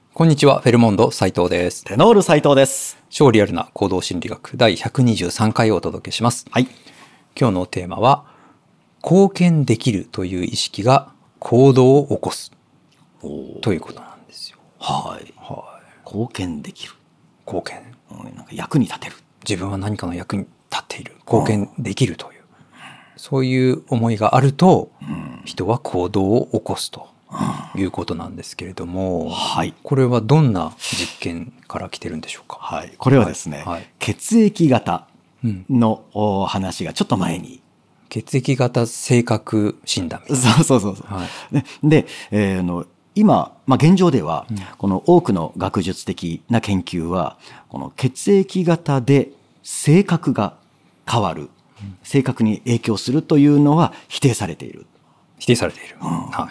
こんにちは、フェルモンド斉藤です。 テノール斉藤です。 超リアルな行動心理学第123回をお届けします。 はい。 今日のテーマは、貢献できるという意識が行動を起こすということなんですよ。 はい。貢献できる。 貢献。 なんか役に立てる。 自分は何かの役に立っている。貢献できるという。そういう思いがあると、人は行動を起こすということなんですけれども、 はい。 これはどんな実験から来てるんでしょうか。 はい。これはですね、 はい。 血液型の話がちょっと前に。 血液型性格診断みたいな。 そう。 はい、 で、今、現状では、この多くの学術的な研究は、この血液型で性格が変わる、性格に影響するというのは否定されている。 否定されている。はい。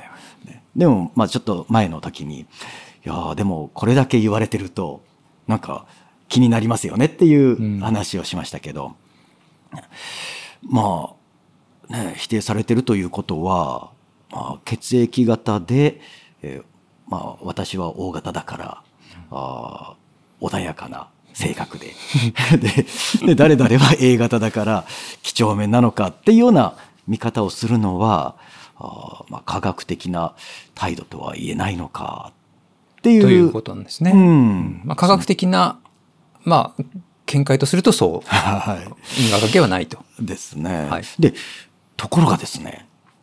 でも、ちょっと前の時に、いやでもこれだけ言われてると、なんか気になりますよねっていう話をしましたけど、否定されてるということは、血液型で、私は O 型だから、穏やかな性格でで誰々は A 型だから几帳面なのかっていうような見方をするのは、科学的な態度とは言えないのかっていう。 ということなんですね。科学的な、見解とするとそう、因果関係はないと。 ですね。 はい、 で、ところがですね、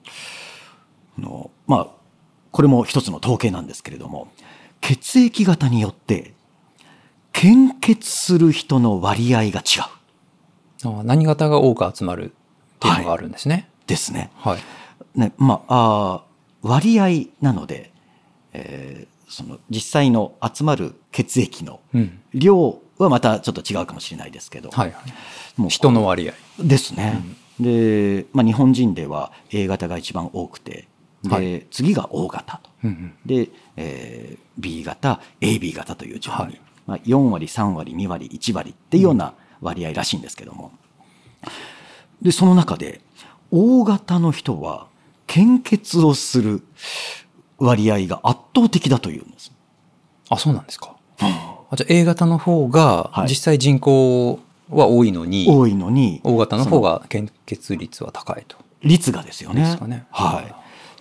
これも一つの統計なんですけれども、血液型によって献血する人の割合が違う。 何型が多く集まるっていうのがあるんですね。 ですね。 はい。 ね、割合なので、その実際の集まる血液の量はまたちょっと違うかもしれないですけど、 もう人の割合ですね。で、日本人では A 型が一番多くて、で、次が O 型と、で、B 型 AB 型という順に、4割3割2割1割っていうような割合らしいんですけども、でその中で O 型の人は献血をする割合が圧倒的だというんです。 あ、そうなんですか。じゃあ A 型の方が実際人口は多いのに、O 型の方が献血率は高いと。 率がですよね。 ですかね。 はい。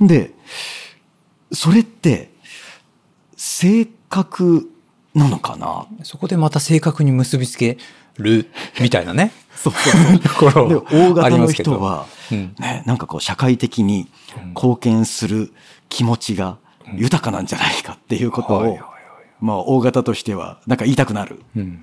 で、それって性格なのかな。 そこでまた性格に結びつけるみたいなね。 そうところで O 型の人は、なんかこう社会的に貢献する気持ちが豊かなんじゃないかっていうことを、O 型としてはなんか言いたくなる。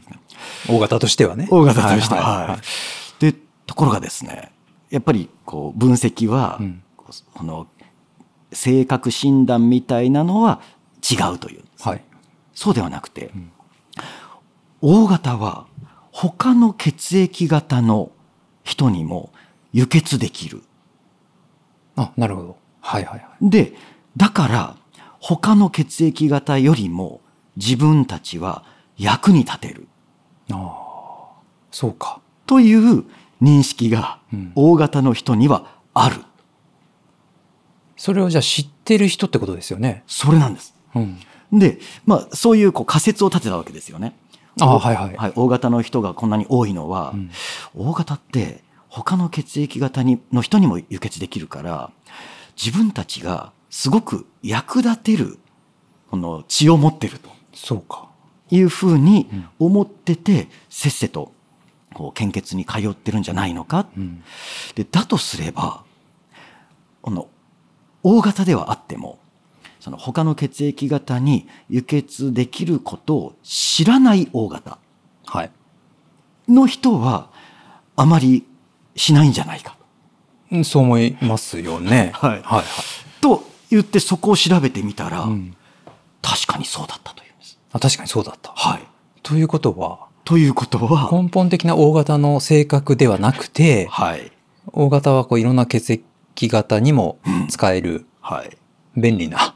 O 型としてはね。 O 型としては。で、ところがですね、やっぱりこう分析は、この性格診断みたいなのは違うというんです。そうではなくて、O 型は他の血液型の人にも輸血できる。 あ、なるほど。 で、だから他の血液型よりも自分たちは役に立てる。 そうか。 という認識が O 型の人にはある。 それをじゃあ知ってる人ってことですよね。 それなんです。で、そういう仮説を立てたわけですよね。O 型の人がこんなに多いのは、O 型って他の血液型の人にも輸血できるから、自分たちがすごく役立てるこの血を持ってると。 そうか。 いうふうに思ってて、せっせとこう献血に通ってるんじゃないのか。で、だとすれば、この O 型ではあっても、その他の血液型に輸血できることを知らない O 型の人はあまりしないんじゃないか。 そう思いますよね。 と言ってそこを調べてみたら、確かにそうだったというんです。 確かにそうだった。ということは根本的な O 型の性格ではなくて、O 型はこういろんな血液型にも使える、便利な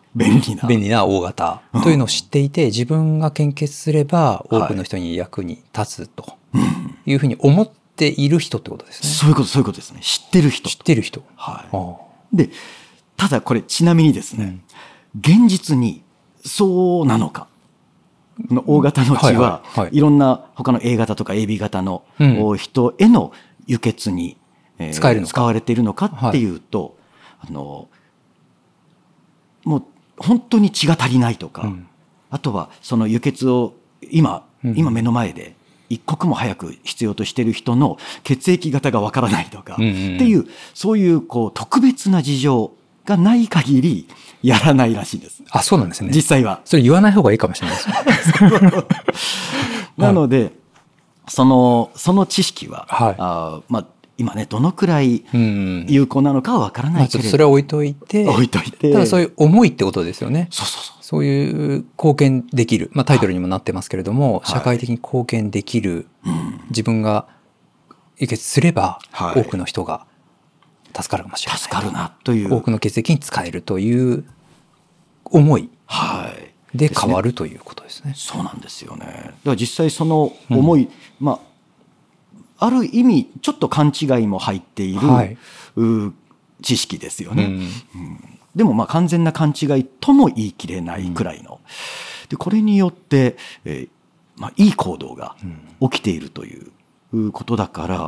O 型というのを知っていて、自分が献血すれば多くの人に役に立つというふうに思っている人ってことですね。 そういうことですね。知ってる人。で、ただこれちなみにですね、現実にそうなのか O 型の血はいろんな他の A 型とか AB 型の人への輸血に使われているのかっていうと、もう本当に血が足りないとか、あとはその輸血を今目の前で一刻も早く必要としている人の血液型がわからないとかっていう、そういう特別な事情がない限りやらないらしいです。 あ、そうなんですね。 実際は。 それ言わない方がいいかもしれないですね。 なので、その知識は、今ね、どのくらい有効なのかはわからないけれど、 それは置いといて、ただそういう思いってことですよね。そういう貢献できる、タイトルにもなってますけれども、社会的に貢献できる、自分が輸血すれば多くの人が助かるかもしれない。 助かるなという。 多くの血液に使えるという思いで変わるということですね。 そうなんですよね。だから実際その思い、ある意味ちょっと勘違いも入っている、知識ですよね。でも完全な勘違いとも言い切れないくらいの。でこれによって、いい行動が起きているということだから、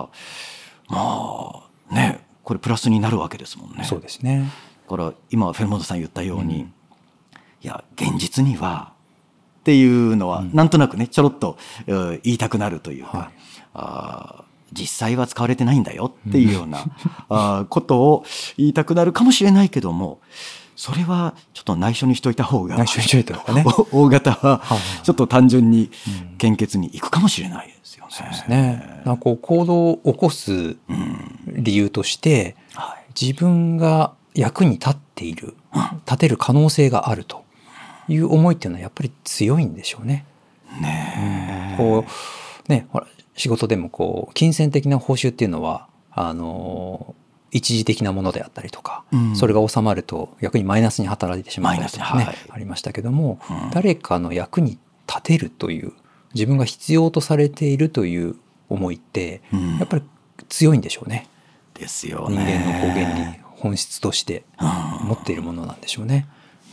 これプラスになるわけですもんね。 そうですね。 だから今フェルモントさん言ったように、いや現実にはっていうのはなんとなくねちょろっと言いたくなるというか、実際は使われてないんだよっていうようなことを言いたくなるかもしれないけども、それはちょっと内緒にしといた方が、大型はちょっと単純に献血に行くかもしれないですよね。 そうですね。行動を起こす理由として、自分が役に立っている、立てる可能性があるという思いっていうのはやっぱり強いんでしょうね。ほら仕事でも金銭的な報酬っていうのは一時的なものであったりとか、それが収まると逆にマイナスに働いてしまうとかね、ありましたけども、誰かの役に立てるという自分が必要とされているという思いってやっぱり強いんでしょうね。 ですよね。 人間の原理本質として持っているものなんでしょうね。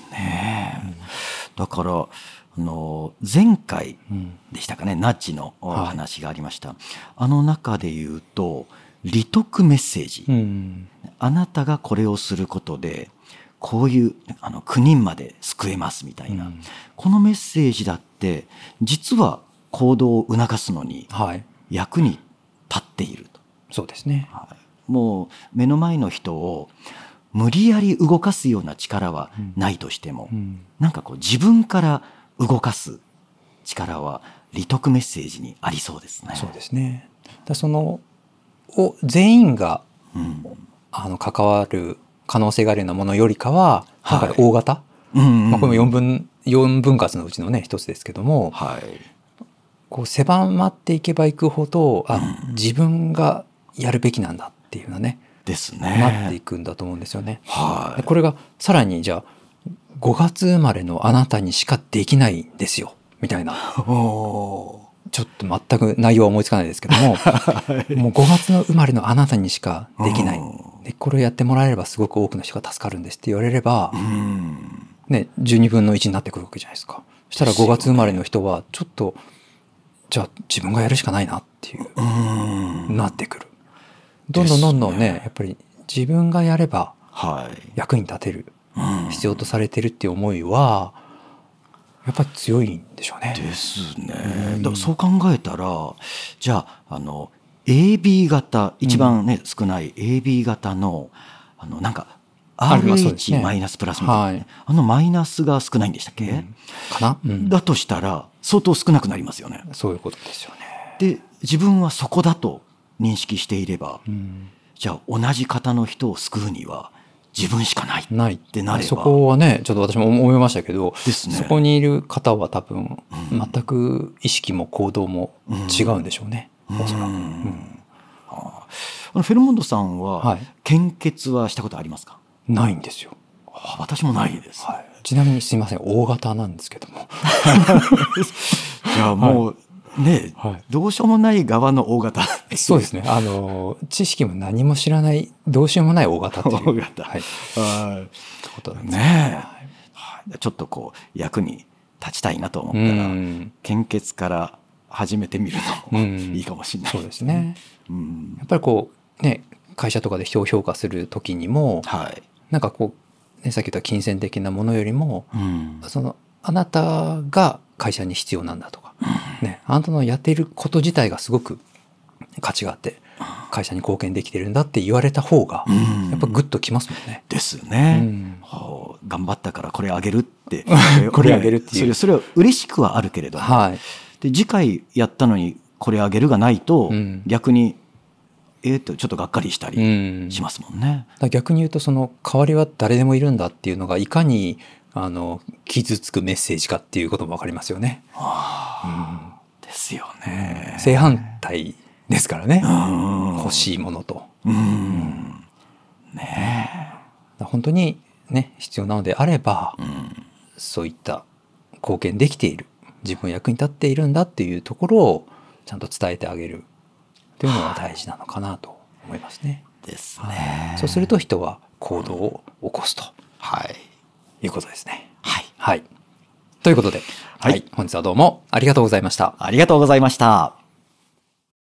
だから前回でしたかね、ナッジの話がありました。あの中で言うと利得メッセージ、あなたがこれをすることでこういう9人まで救えますみたいな、このメッセージだって実は行動を促すのに役に立っていると。 そうですね。 もう目の前の人を無理やり動かすような力はないとしても、なんか自分から動かす力は利得メッセージにありそうですね。 そうですね。全員が、関わる可能性があるようなものよりかは、今回大型、これも4分割のうちのね一つですけども、狭まっていけばいくほど自分がやるべきなんだっていうようなねなっていくんだと思うんですよね。これがさらにじゃあ5月生まれのあなたにしかできないんですよみたいな、ちょっと全く内容は思いつかないですけども、もう5月の生まれのあなたにしかできない、でこれをやってもらえればすごく多くの人が助かるんですって言われれば、12分の1になってくるわけじゃないですか。そしたら5月生まれの人はちょっとじゃあ自分がやるしかないなっていうなってくる。どんどんねやっぱり自分がやれば役に立てる、必要とされてるっていう思いはやっぱり強いんでしょうね。 ですね。だからそう考えたらじゃあAB 型一番ね、少ない AB 型のなんか RH マイナスプラスみたいな、マイナスが少ないんでしたっけ、 かな、 だとしたら相当少なくなりますよね。 そういうことですよね。 で自分はそこだと認識していれば、じゃあ同じ型の人を救うには自分しかないってなれば、 そこはねちょっと私も思いましたけど、そこにいる方は多分全く意識も行動も違うんでしょうね、おそらく。 フェルモンドさんは献血はしたことありますか？ ないんですよ。 私もないです、 ちなみにすいません大型なんですけどもいやもうね、どうしようもない側の大型そうですね。知識も何も知らないどうしようもない大型っていう大型、 ことなんですね。ちょっと役に立ちたいなと思ったら、献血から始めてみるのもいいかもしれない、 そうですね。やっぱりこうね、会社とかで人を評価する時にも、なんかこう、ね、さっき言った金銭的なものよりも、そのあなたが会社に必要なんだとか、ね、あなたのやっていること自体がすごく価値があって会社に貢献できてるんだって言われた方がやっぱグッときますもんね。 ですね。頑張ったからこれあげるってこれあげるっていうそれは嬉しくはあるけれども、で次回やったのにこれあげるがないと、逆にちょっとがっかりしたりしますもんね。 逆に言うとその代わりは誰でもいるんだっていうのがいかに傷つくメッセージかっていうことも分かりますよね。 ですよね。 正反対ですからね、欲しいものと。本当にね必要なのであれば、そういった貢献できている、自分役に立っているんだっていうところをちゃんと伝えてあげるというのが大事なのかなと思いますね。 ですね。 そうすると人は行動を起こすと、いうことですね。ということで、本日はどうもありがとうございました。 ありがとうございました。